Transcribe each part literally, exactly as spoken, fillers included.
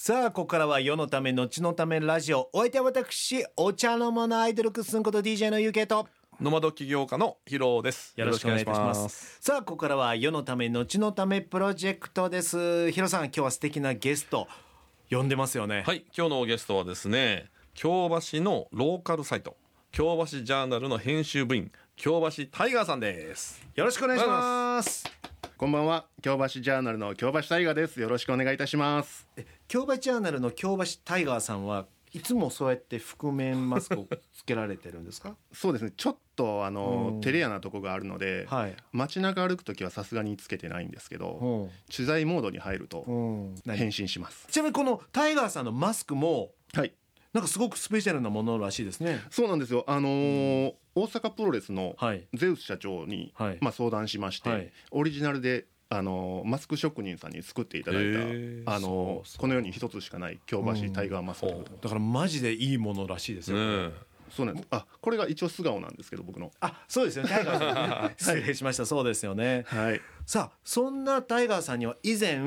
さあここからは世のため後のためラジオ、お相手は私お茶の間のアイドルクッスンこと ディージェー のゆうけいとノマド起業家のヒロです。 よろしくお願いいたします。さあここからは世のため後のためプロジェクトです。ヒロさん、今日は素敵なゲスト呼んでますよね。 はい、今日のゲストはですね、京橋のローカルサイト京橋ジャーナルの編集部員京橋タイガーさんです。 よろしくお願いします。 こんばんは、京橋ジャーナルの京橋タイガーです。よろしくお願いいたします。 え京橋ジャーナルの京橋タイガーさんはいつもそうやって覆面マスクをつけられてるんですか？ そうですね、ちょっとあの照れ屋なとこがあるので、はい、街中歩くときはさすがにつけてないんですけど、取材モードに入ると変身します。 ちなみにこのタイガーさんのマスクも、 はい、 なんかすごくスペシャルなものらしいですね。 そうなんですよ。あのー、大阪プロレスのゼウス社長に、はい、まあ、相談しまして、はい、オリジナルであのマスク職人さんに作っていただいた、あのこの世に一つしかない京橋タイガーマスク、うん、 だからマジでいいものらしいですよ、ね、 そうなんです。あ、これが一応素顔なんですけど、僕の。 あ、そうですよね、タイガーさん、ね、失礼しました、はい、そうですよね、 はい、 さあそんなタイガーさんには以前、うん、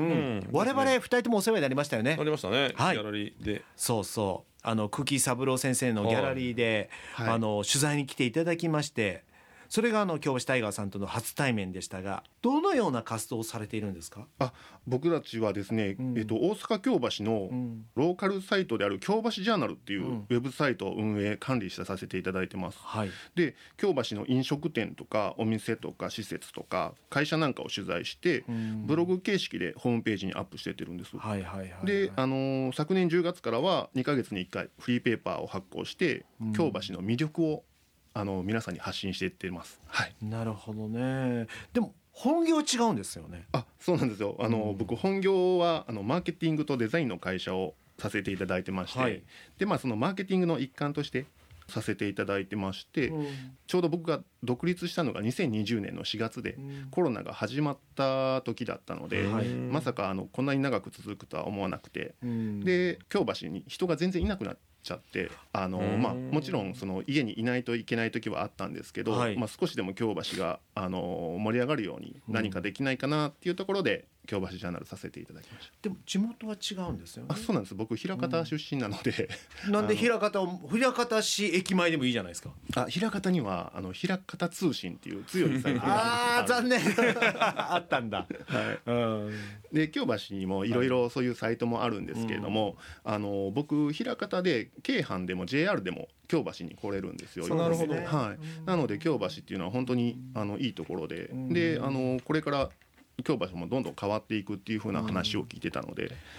我々ふたりともお世話になりましたよね。 なりましたね、 はい、 ギャラリーで。 そうそう、あの久喜三郎先生のギャラリーで、はい、あの取材に来ていただきまして、それがあの京橋タイガーさんとの初対面でしたが、どのような活動をされているんですか？ あ、僕たちはですね、うん、えっと、大阪京橋のローカルサイトである京橋ジャーナルっていうウェブサイトを運営管理させていただいてます、はい、で京橋の飲食店とかお店とか施設とか会社なんかを取材して、うん、ブログ形式でホームページにアップしてってるんです。はいはいはいはい、で、あのー、昨年じゅうがつからはにかげつにいっかいフリーペーパーを発行して、うん、京橋の魅力をあの皆さんに発信していってます、はい、 なるほどね。でも本業違うんですよね。 あ、そうなんですよ。あの、うん、僕本業はあのマーケティングとデザインの会社をさせていただいてまして、はい、で、まあ、そのマーケティングの一環としてさせていただいてまして、うん、ちょうど僕が独立したのがにせんにじゅうねんのしがつで、うん、コロナが始まった時だったので、はい、まさかあのこんなに長く続くとは思わなくて、うん、で京橋に人が全然いなくなってちゃって、あの、まあ、もちろんその家にいないといけない時はあったんですけど、はい、まあ、少しでも京橋があの盛り上がるように何かできないかなっていうところで、京橋ジャーナルさせていただきました。 でも地元は違うんですよね。 あ、そうなんです。僕枚方出身なので、 うん、なんで枚方を枚方市駅前でもいいじゃないですか。 あ、枚方にはあの枚方通信っていう強いサイトがあー残念あったんだ、はい、うん、 で京橋にもいろいろそういうサイトもあるんですけれども、うん、あの僕枚方で京阪でも ジェイアール でも京橋に来れるんですよ。 なるほど、 はい、なので京橋っていうのは本当にあのいいところで、であのこれから京橋もどんどん変わっていくっていう風な話を聞いてたので、 うん、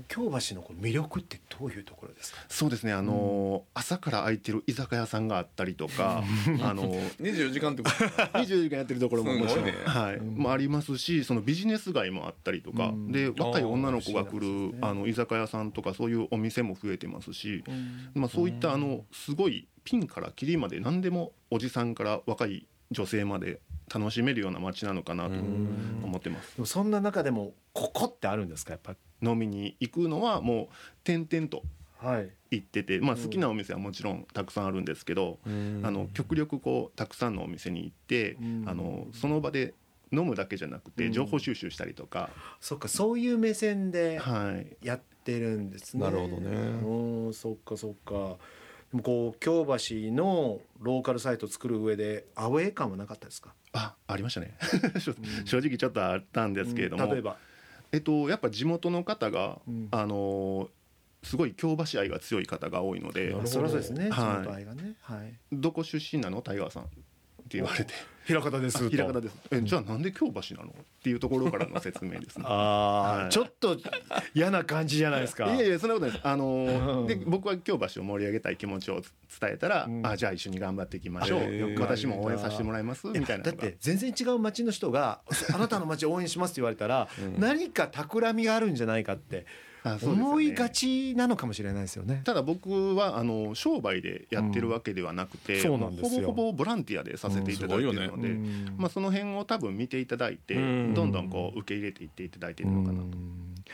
京橋の魅力ってどういうところですか？ そうですね、あの、うん、朝から開いてる居酒屋さんがあったりとかあのにじゅうよじかんってことにじゅうよじかんやってるところももちろん、ね、はい、もありますし、そのビジネス街もあったりとか、うん、で若い女の子が来るあの居酒屋さんとかそういうお店も増えてますし、うん、まあ、そういったあのすごいピンからキリまで何でもおじさんから若い女性まで楽しめるような街なのかなと思ってます。 でもそんな中でもここってあるんですか？やっぱ飲みに行くのはもう点々と行ってて、はい、まあ、好きなお店はもちろんたくさんあるんですけど、あの極力こうたくさんのお店に行ってあのその場で飲むだけじゃなくて情報収集したりとか、 そっか、そういう目線でやってるんですね、 はい、なるほどね。 うん、そっかそっか。でもこう京橋のローカルサイトを作る上でアウェー感はなかったですか？ あ、ありましたね正直ちょっとあったんですけれども、うん、 例えば、 えっと、やっぱ地元の方が、うん、あのすごい京橋愛が強い方が多いので。 そりゃそうですね、地元愛がね、はいはい、 どこ出身なのタイガーさんって言われて枚方ですと。 枚方です。え、じゃあなんで京橋なのっていうところからの説明ですねあ、はい、ちょっと嫌な感じじゃないですか。 いやいや、そんなことないです。あので僕は京橋を盛り上げたい気持ちを伝えたら、うん、あ、じゃあ一緒に頑張っていきましょう、私も応援させてもらいますみたいな。 だって全然違う町の人があなたの町を応援しますって言われたら、うん、何か企みがあるんじゃないかって思いがちなのかもしれないですよね。 ただ僕はあの商売でやってるわけではなくて、うん、ほぼほぼボランティアでさせていただいているので、うん、まあ、その辺を多分見ていただいて、うん、どんどんこう受け入れていっていただいているのかなと。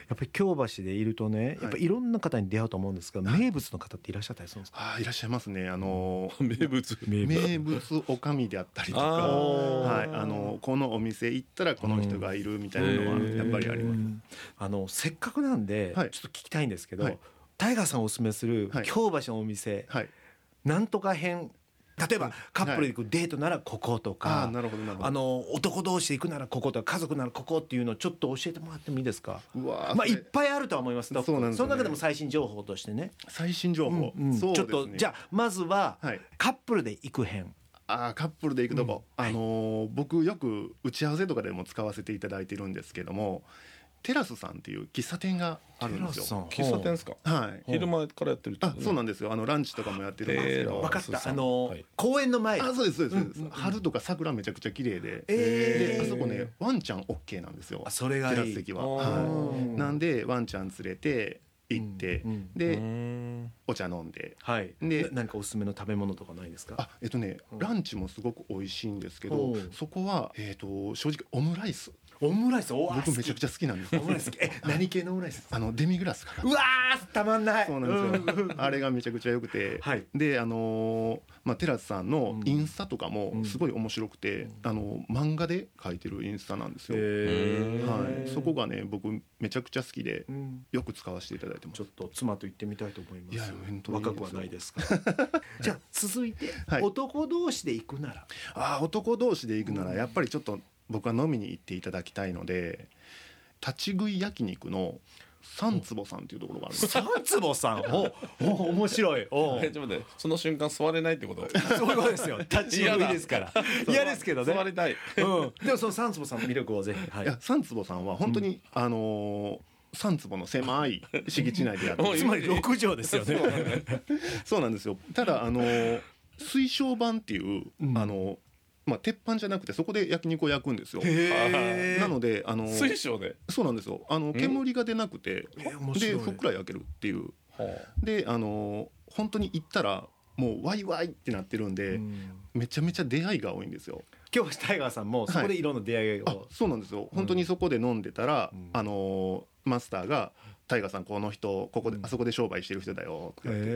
やっぱり京橋でいるとね、やっぱりいろんな方に出会うと思うんですが、はい、名物の方っていらっしゃったりするんですか？ あ、いらっしゃいますね。あの名物名物おかみであったりとか、はい、あのこのお店行ったらこの人がいるみたいなのはやっぱりあります。 あのせっかくなんで、はい、ちょっと聞きたいんですけど、はい、タイガーさんおすすめする京橋のお店、はい、なんとか編、例えばカップルで行くデートならこことか、はい、あ、なるほどなるほど、あの男同士で行くならこことか、家族ならここっていうのをちょっと教えてもらってもいいですか？うわ、まあいっぱいあるとは思います。そうなんですね。その中でも最新情報としてね、 最新情報、うんうん、そうですね、ちょっとじゃあまずは、はい、カップルで行く編。 あ、カップルで行くとこ、うん、あのーはい、僕よく打ち合わせとかでも使わせていただいてるんですけども、テラスさんっていう喫茶店があるんですよ。 喫茶店ですか？はい。昼間からやってるって、ね、 あ、そうなんですよ。あのランチとかもやってるんですけど。 分かった。あの、はい、公園の前。 あ、そうですそうです、うんうんうん、春とか桜めちゃくちゃ綺麗で、えー、であそこねワンちゃん OK なんですよ。 あ、それがいい。 テラス席は。はい。なんでワンちゃん連れて行って、うんうん、でお茶飲んで、 はい、で何かおすすめの食べ物とかないですか？ あ、えっとね、ランチもすごく美味しいんですけど、そこはえっと正直オムライス。 オムライス、お僕めちゃくちゃ好きなんです。 オムライス好き。え、何系のオムライス？ あのデミグラスかな。 うわー、たまんない。 そうなんですよ。あれがめちゃくちゃ良くて、はい、であのー、まあテラスさんのインスタとかもすごい面白くて、うん、あの漫画で描いてるインスタなんですよ。はい。そこがね僕めちゃくちゃ好きで、うん、よく使わせていただいてます。 ちょっと妻と行ってみたいと思います。 いや本当に若くはないですか。じゃあ続いて、はい、男同士で行くなら、 あ、男同士で行くならやっぱりちょっと僕は飲みに行っていただきたいので、立ち食い焼肉の三坪さんっていうところがあるんです。 三坪さん、おお面白い。おちょっと待って、その瞬間座れないってこと？ そういうことですよ。立ち食いですから。嫌ですけどね。 座りたい。 うん。でもその三坪さんの魅力をぜひ。 はい、いや三坪さんは本当に、うん、あのー。三坪の狭い敷地内でやってる。 つまり六畳ですよね。 そうなんですよ。ただあのー、水晶板っていう、うん、あのー。まあ、鉄板じゃなくてそこで焼肉を焼くんですよ。なのであの水晶で、 そうなんですよ。あの煙が出なくて、でふっくら焼けるっていう。であの本当に行ったらもうワイワイってなってるんで、うん、めちゃめちゃ出会いが多いんですよ。 今日はタイガーさんもそこでいろんな出会いが、 はい、そうなんですよ。本当にそこで飲んでたら、うん、あのマスターがタイガーさんこの人ここで、うん、あそこで商売してる人だよって言って、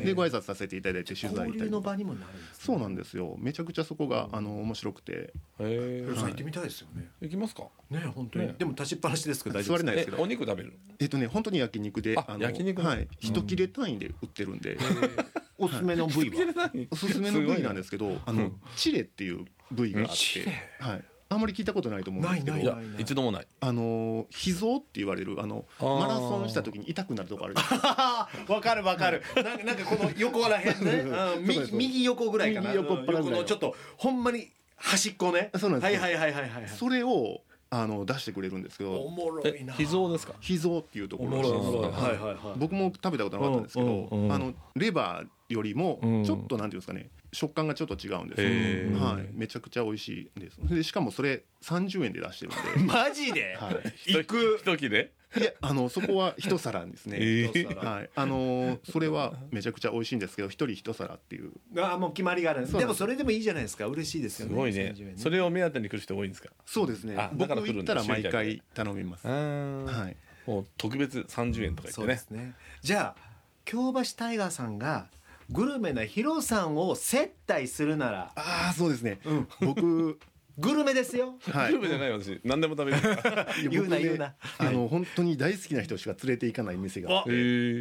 でご挨拶させていただいて取材交流の場にもなるんですね。 そうなんですよ。めちゃくちゃそこが、うん、あの面白くて、 へー、行ってみたいですよね。 行きますかね、本当に、ね、でも立ちっぱなしですけど大丈夫です。 座れないですけど。 お肉食べる？ えっとね本当に焼肉で、 ああの焼肉、 はい、一切れ単位で売ってるんで、 おすすめの部位はおすすめの部位なんですけど、あのチレっていう部位があって、はい、あんまり聞いたことないと思うんですけど、 ないないないない、一度もない。 あの脾臓って言われるあのマラソンした時に痛くなるとこあるじゃないですか。 わかるわかる。なんかなんかこの横らへんね、右右横ぐらいかな。 右横っ腹ぐらいのちょっとほんまに端っこね。 そうなんです。 はいはいはいはいはい。 それをあの出してくれるんですけど、 おもろいな。 脾臓ですか？ 脾臓っていうところらしいです。はいはいはい。僕も食べたことなかったんですけど、あのレバーよりもちょっとなんていうんですかね、食感がちょっと違うんですよ。はい、めちゃくちゃ美味しいです。でしかもそれさんじゅうえんで出してるんで。 マジで？ はい。 行く一切れ？ いや、あのそこは一皿ですね。 えー、 はい。あのそれはめちゃくちゃ美味しいんですけど、一人一皿っていう。 ああ、もう決まりがあるんです。でもそれでもいいじゃないですか。嬉しいですよね。 すごいね。ね、それを目当てに来る人多いんですか？ そうですね。僕行ったら毎回頼みます。はい。 もう特別さんじゅうえんとか言ってね。そうですね。 じゃあ京橋タイガーさんがグルメなヒロさんを接待するなら、 ああそうですね、うん、僕グルメですよ、 はい、グルメじゃない私何でも食べる言うな言うな、 あの本当に大好きな人しか連れて行かない店があって、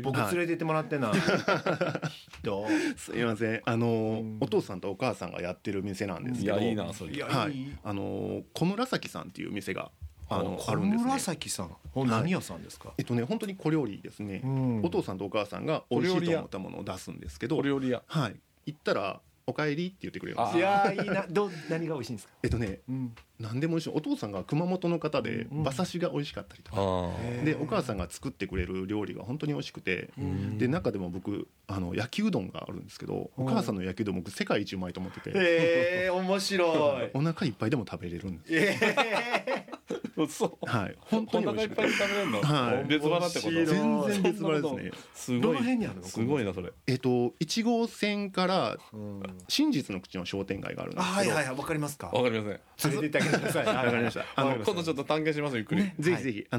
僕連れて行ってもらってなどうすいません、あの、うん、お父さんとお母さんがやってる店なんですけど、 いやいいなそれ、 はい、あの小紫さんっていう店があのあるんですね。 小紫さん、何屋さんですか？ えっとね本当に小料理ですね、うん、お父さんとお母さんが美味しいと思ったものを出すんですけど、 小料理屋、 はい、行ったらお帰りって言ってくれるんです。 いやいいな。ど何が美味しいんですか？ えっとね、うん、何でも美味しい。お父さんが熊本の方で馬刺しが美味しかったりとか、うん、でお母さんが作ってくれる料理が本当に美味しくて、うん、で中でも僕あの焼きうどんがあるんですけど、お母さんの焼きうどん僕世界一うまいと思ってて、 へえ面白いお腹いっぱいでも食べれるんです。 えーそう、 はい、本当に美味しい。 お腹いっぱい食べれるの、はい、別腹ってこと？ 全然別腹ですね。 すごい。 どの辺にあるの？ すごいなそれ。 えっといち号線から真実の口の商店街があるんですけど、 はいはいはい、わかりますか？ わかりません。 連れて行ってあげてください。 わかりました。 あの今度ちょっと探検しますゆっくり、 ね、ぜひぜひ、はい、あの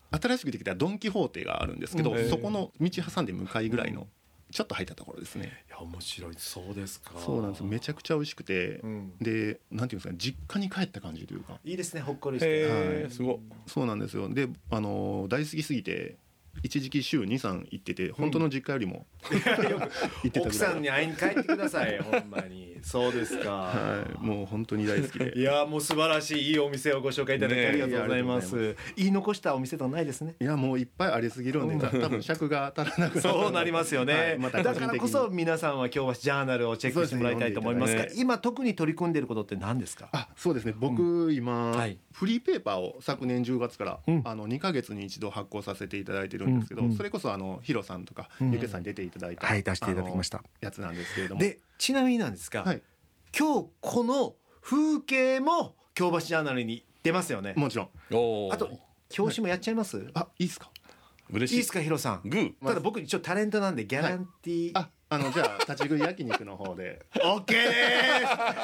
新しくできたドン・キホーテがあるんですけど、うん、そこの道挟んで向かいぐらいのちょっと入ったところですね。 いや面白い。そうですか。 そうなんです。めちゃくちゃ美味しくて、うん、でなんていうんですかね、実家に帰った感じというか。 いいですね、ほっこりして。 はい、すごそうなんですよ。で、あの大好きすぎて一時期週に、さん行ってて、本当の実家よりも、うん、行ってた。 奥さんに会いに帰ってくださいほんまに。そうですか。 はい、もう本当に大好きで。 いやもう素晴らしいいいお店をご紹介いただきありがとうございます。ね、言い残したお店とかないですね。 いやもういっぱいありすぎるんで、多分尺が足らなくなる。 そうなりますよね。はい、ま、だからこそ皆さんは京橋ジャーナルをチェックしてもらいたいと思いますが、ね、今特に取り組んでいることって何ですか？ あ、そうですね。僕、うん、今、はい、フリーペーパーを昨年じゅうがつから、うん、あのにかげつに一度発行させていただいてるんですけど、うんうん、それこそあのヒロさんとか、うん、ゆけさんに出ていただいた、 はい、出していただきましたやつなんですけれども。 でちなみになんですが、はい、今日この風景も京橋ジャーナルに出ますよね。 もちろん。 あと表紙もやっちゃいます？はい、 あ、いいですか？ 嬉しい。いいですかヒロさん。 グー。 ただ僕一応タレントなんでギャランティー、 はい、ああのじゃあ立ち食い焼肉の方でオッケーです。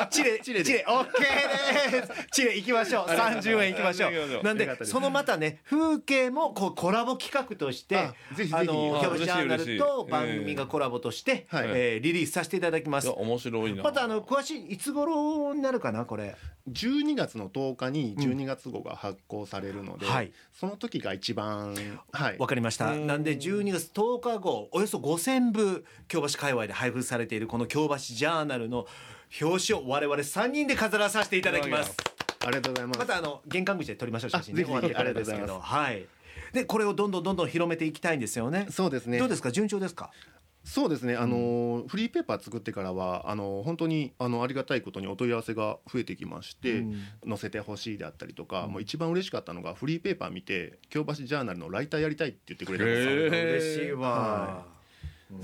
チレチレチレオッケーです。チレ行きましょう。さんじゅうえん行きましょう。なんでそのまたね風景もこうコラボ企画としてあの京橋ジャーナルと番組がコラボとして、えー、リリースさせていただきます。 面白いな。 またあの詳しいいつ頃になるかなこれ。 じゅうにがつのとおかにじゅうにがつ号が発行されるので、うんはい、その時が一番はいわかりました。なんでじゅうにがつとおか号およそごせんぶ京橋界隈で配布されているこの京橋ジャーナルの表紙を我々さんにんで飾らさせていただきます。 ありがとうございます。 またあの玄関口で撮りましょう写真ね。 終わってからですけど、 はい。でこれをどんどんどんどん広めていきたいんですよね。 そうですね。 どうですか順調ですか？ そうですね、あのーうん、フリーペーパー作ってからはあのー、本当にあのありがたいことにお問い合わせが増えてきまして、うん、載せてほしいであったりとか、うん、もう一番嬉しかったのがフリーペーパー見て京橋ジャーナルのライターやりたいって言ってくれたんですよ。 嬉しいわ、 はい、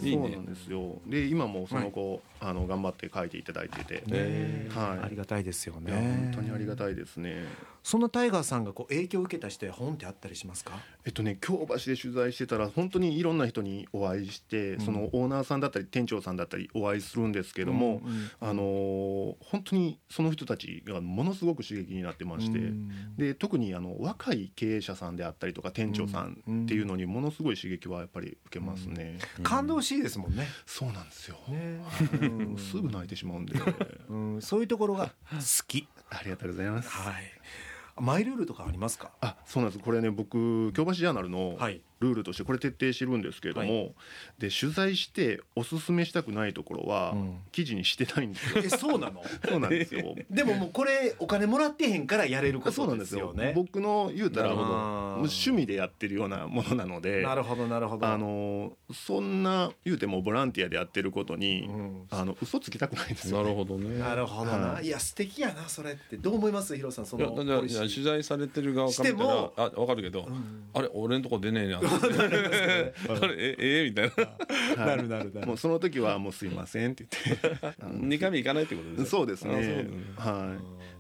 そうなんですよ。で今もその後、はい、あの頑張って書いていただいてて、 はい、ありがたいですよね。 本当にありがたいですね。 そんなタイガーさんがこう影響を受けた人や本ってあったりしますか？ えっとね、京橋で取材してたら本当にいろんな人にお会いして、うん、そのオーナーさんだったり店長さんだったりお会いするんですけども、うんうん、あのー、本当にその人たちがものすごく刺激になってまして、うん、で特にあの若い経営者さんであったりとか店長さんっていうのにものすごい刺激はやっぱり受けますね。 うん、感動しいですもんね。 そうなんですよ、ね、すぐ泣いてしまうんで、 うん、そういうところが好き。 ありがとうございます。 はい。マイルールとかありますか？ あ、そうなんです。これね、僕京橋ジャーナルのルールとしてこれ徹底してるんですけれども、はい、で取材しておすすめしたくないところは記事にしてないんですよ。 え、そうなの？ そうなんですよ。 でももうこれお金もらってへんからやれることですよね。そうなんですよ。 僕の言うたら趣味でやってるようなものなので、 なるほどなるほど。 あのそんな言うてもボランティアでやってることに、うん、あの嘘つきたくないんですよ、 ね。なるほどね。 なるほどな。はい、いや素敵やなそれって。どう思います、ヒロさん？そのいやいや取材されてる側から見たらあ分かるけど、うん、あれ俺んとこ出ねえな。あれええみたいな。なるなるなる。もうその時はもうすいませんって言ってにかいめ行かないってことですか？ そうですね。ねはい。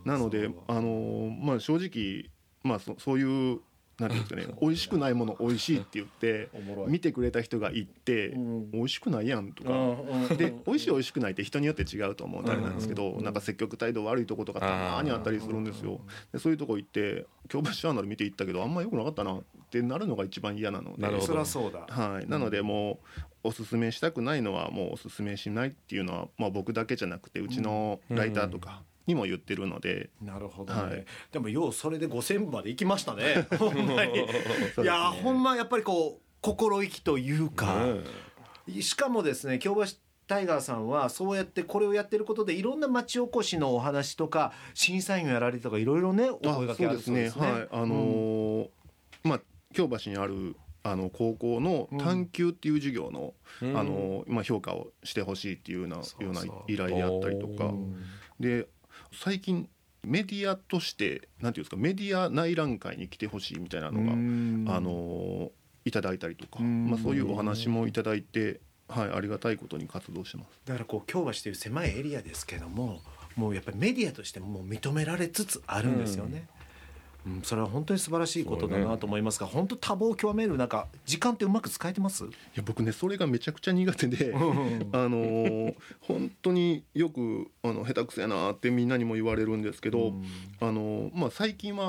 なのであのー、まあ正直まあ そ, そういうなんていうんですかね、美味しくないもの美味しいって言って見てくれた人がいて、うん、美味しくないやんとか、うん、で美味しい美味しくないって人によって違うと思うとあれなんですけど、うん、なんか積極態度悪いとことかたまにあったりするんですよ。でそういうとこ行って京橋ジャーナル見て行ったけどあんま良くなかったなってなるのが一番嫌なので。 なるほど。そりゃそうだ。 はい。なのでもうおすすめしたくないのはもうおすすめしないっていうのは、まあ、僕だけじゃなくてうちのライターとか、うんにも言ってるので。 なるほどね、はい、でもようそれでごせんぶまで行きましたねほんまに、ね、いやほんまやっぱりこう心意気というか、うん、しかもですね京橋タイガーさんはそうやってこれをやってることでいろんな町おこしのお話とか審査員をやられてとかいろいろねお声掛けあるそうですね。 はい、あのーうん、まあ京橋にあるあの高校の探究っていう授業の、うん、あのまあ、評価をしてほしいっていうような、そうそうような依頼であったりとかで最近メディアとしてなんていうんですかメディア内覧会に来てほしいみたいなのがあのいただいたりとか、まあ、そういうお話もいただいて、はい、ありがたいことに活動してます。 だからこう京橋という狭いエリアですけどももうやっぱりメディアとしてもう認められつつあるんですよね。うん、それは本当に素晴らしいことだなと思いますが、ね、本当多忙を極める中時間ってうまく使えてます？いや僕ねそれがめちゃくちゃ苦手であのー、本当によくあの下手くそやなってみんなにも言われるんですけど、うん、あのーまあ、最近は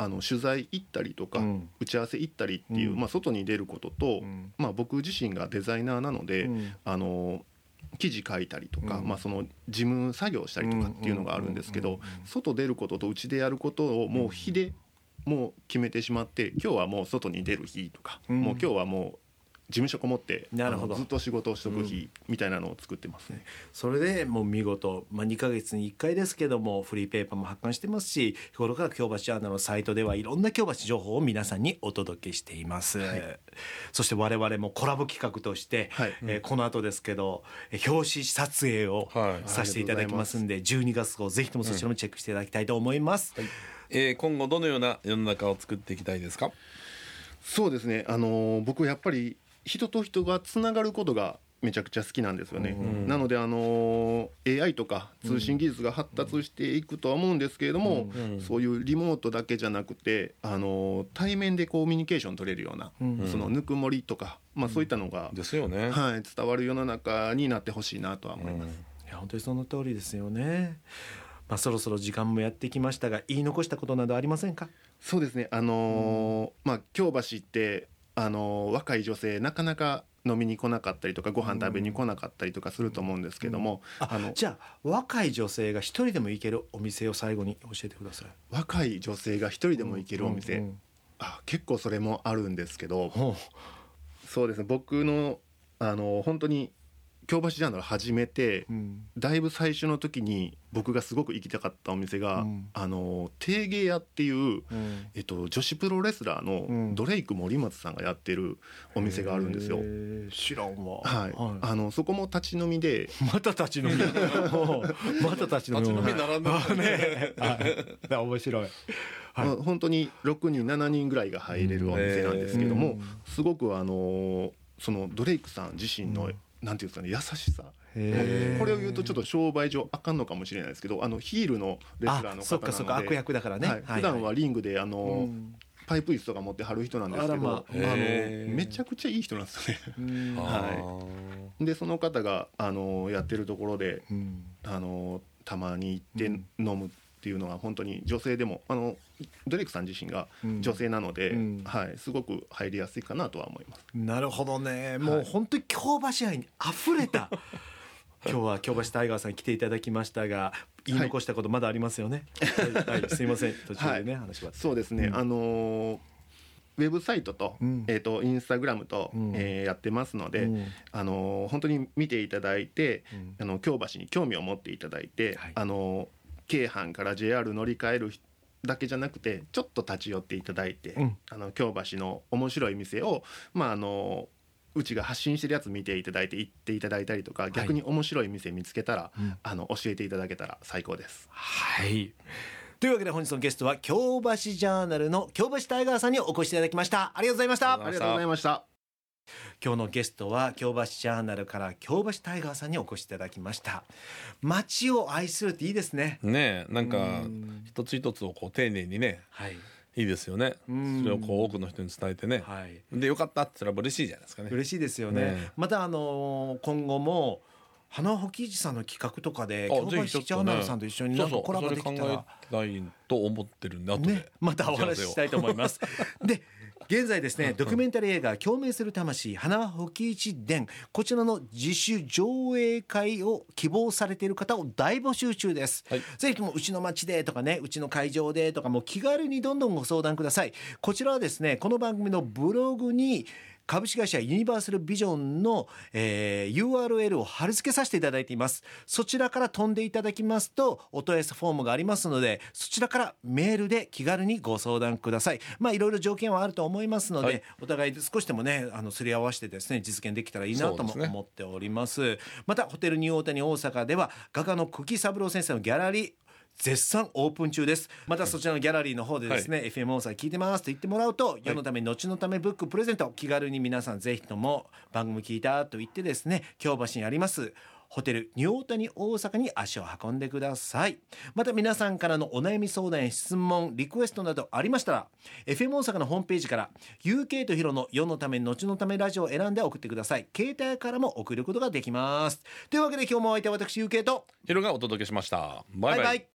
あの取材行ったりとか、うん、打ち合わせ行ったりっていう、うんまあ、外に出ることと、うんまあ、僕自身がデザイナーなので、うん、あの記事書いたりとか、うんまあ、その事務作業したりとかっていうのがあるんですけど、外出ることとうちでやることをもう日でもう決めてしまって、今日はもう外に出る日とか、うん、もう今日はもう事務所こもってずっと仕事をしとく日みたいなのを作ってますね、うん、 それでもう見事、まあ、にかげつにいっかいですけどもフリーペーパーも発刊してますし、日頃から京橋ジャーナルのサイトではいろんな京橋情報を皆さんにお届けしています、はい、そして我々もコラボ企画として、はいえー、この後ですけど表紙撮影をさせていただきますんで、はい、じゅうにがつ号ぜひともそちらもチェックしていただきたいと思います、 はいえー、今後どのような世の中を作っていきたいですか？ そうですね、あのー、僕やっぱり人と人がつながることがめちゃくちゃ好きなんですよね、うん、なので、あのー、エーアイ とか通信技術が発達していくとは思うんですけれども、うん、そういうリモートだけじゃなくて、あのー、対面でコミュニケーション取れるような、うん、そのぬくもりとか、まあ、そういったのが、うんですよねはい、伝わる世の中になってほしいなとは思います、うん、いや本当にその通りですよね。まあ、そろそろ時間もやってきましたが、言い残したことなどありませんか？ そうですね、あのーうんまあ、京橋って、あのー、若い女性なかなか飲みに来なかったりとかご飯食べに来なかったりとかすると思うんですけども、 うんうん、ああのじゃあ若い女性が一人でも行けるお店を最後に教えてください。 若い女性が一人でも行けるお店、うんうんうん、あ結構それもあるんですけど、うん、そうですね、僕の、あのー、本当に京橋ジャーナル始めて、うん、だいぶ最初の時に僕がすごく行きたかったお店が、うん、あのテーゲ屋っていう、うんえっと、女子プロレスラーのドレイク森松さんがやってるお店があるんですよ、うん、 知らんわ、 はいはい、あのそこも立ち飲みでまた立ち飲みまた立ち飲み立ち飲み並んでるね面白い、 はいまあ、本当にろくにんしちにんぐらいが入れるお店なんですけども、すごくあのそのドレイクさん自身の、うんなんていうんですかね、優しさ、これを言うとちょっと商売上あかんのかもしれないですけど、あのヒールのレスラーの方なので、 そっかそっか悪役だからね、はいはい、普段はリングであの、うん、パイプ椅子とか持ってはる人なんですけど、あ、まあ、あのめちゃくちゃいい人なんですよねはい、でその方があのやってるところで、うん、あのたまに行って飲むっていうのは本当に女性でも、あのドレイクさん自身が女性なので、うんうんはい、すごく入りやすいかなとは思います。 なるほどね、もう本当に京橋愛にあふれた今日は京橋タイガーさん来ていただきましたが、言い残したことまだありますよね、はいはい、すいません途中でね、はい、話はそうですね、うん、あのーウェブサイトと、うんえー、とインスタグラムと、うんえー、やってますので、うんあのー、本当に見ていただいて、うん、あの京橋に興味を持っていただいて、はい、あのー京阪から ジェイアール 乗り換えるだけじゃなくてちょっと立ち寄っていただいて、うん、あの京橋の面白い店を、まあ、あのうちが発信してるやつ見ていただいて行っていただいたりとか、逆に面白い店見つけたら、はい、あの教えていただけたら最高です。 はいというわけで本日のゲストは京橋ジャーナルの京橋タイガーさんにお越しいただきました。ありがとうございました。 ありがとうございました。 今日のゲストは京橋ジャーナルから京橋タイガーさんにお越しいただきました。街を愛するっていいですね。 ねえ、なんか一つ一つをこう丁寧にね、はい、いいですよね。それをこう多くの人に伝えてね、はい、でよかったって言ったら嬉しいじゃないですかね。 嬉しいですよね。ねまたあの今後も花穂喜一さんの企画とかで京橋ジャーナルさんと一緒になんかコラボできたら、 そうそう、それ考えたいと思ってるんで後で、 ね、またお話ししたいと思いますで現在ですね、ドキュメンタリー映画共鳴する魂花穂喜一伝、こちらの自主上映会を希望されている方を大募集中です、はい、ぜひともうちの町でとかね、うちの会場でとか、もう気軽にどんどんご相談ください。こちらはですね、この番組のブログに株式会社ユニバーサルビジョンの、えー、ユーアールエル を貼り付けさせていただいています。そちらから飛んでいただきますとお問い合わせフォームがありますので、そちらからメールで気軽にご相談ください。まあいろいろ条件はあると思いますので、はい、お互い少しでもねあのすり合わせてですね実現できたらいいなとも思っております。またホテルニューオータニ大阪では画家の久喜三郎先生のギャラリー絶賛オープン中です。またそちらのギャラリーの方でですね、はい、エフエム 大阪聞いてますと言ってもらうと、世のため後のためブックプレゼント、気軽に皆さんぜひとも番組聞いたと言ってですね、京橋にありますホテルニューオータニ大阪に足を運んでください。また皆さんからのお悩み相談や質問リクエストなどありましたら エフエム 大阪のホームページから ユーケー とヒロの世のため後のためラジオを選んで送ってください。携帯からも送ることができます。というわけで今日もお相手は私 ユーケー とヒロがお届けしました。バイバイ。バイバイ。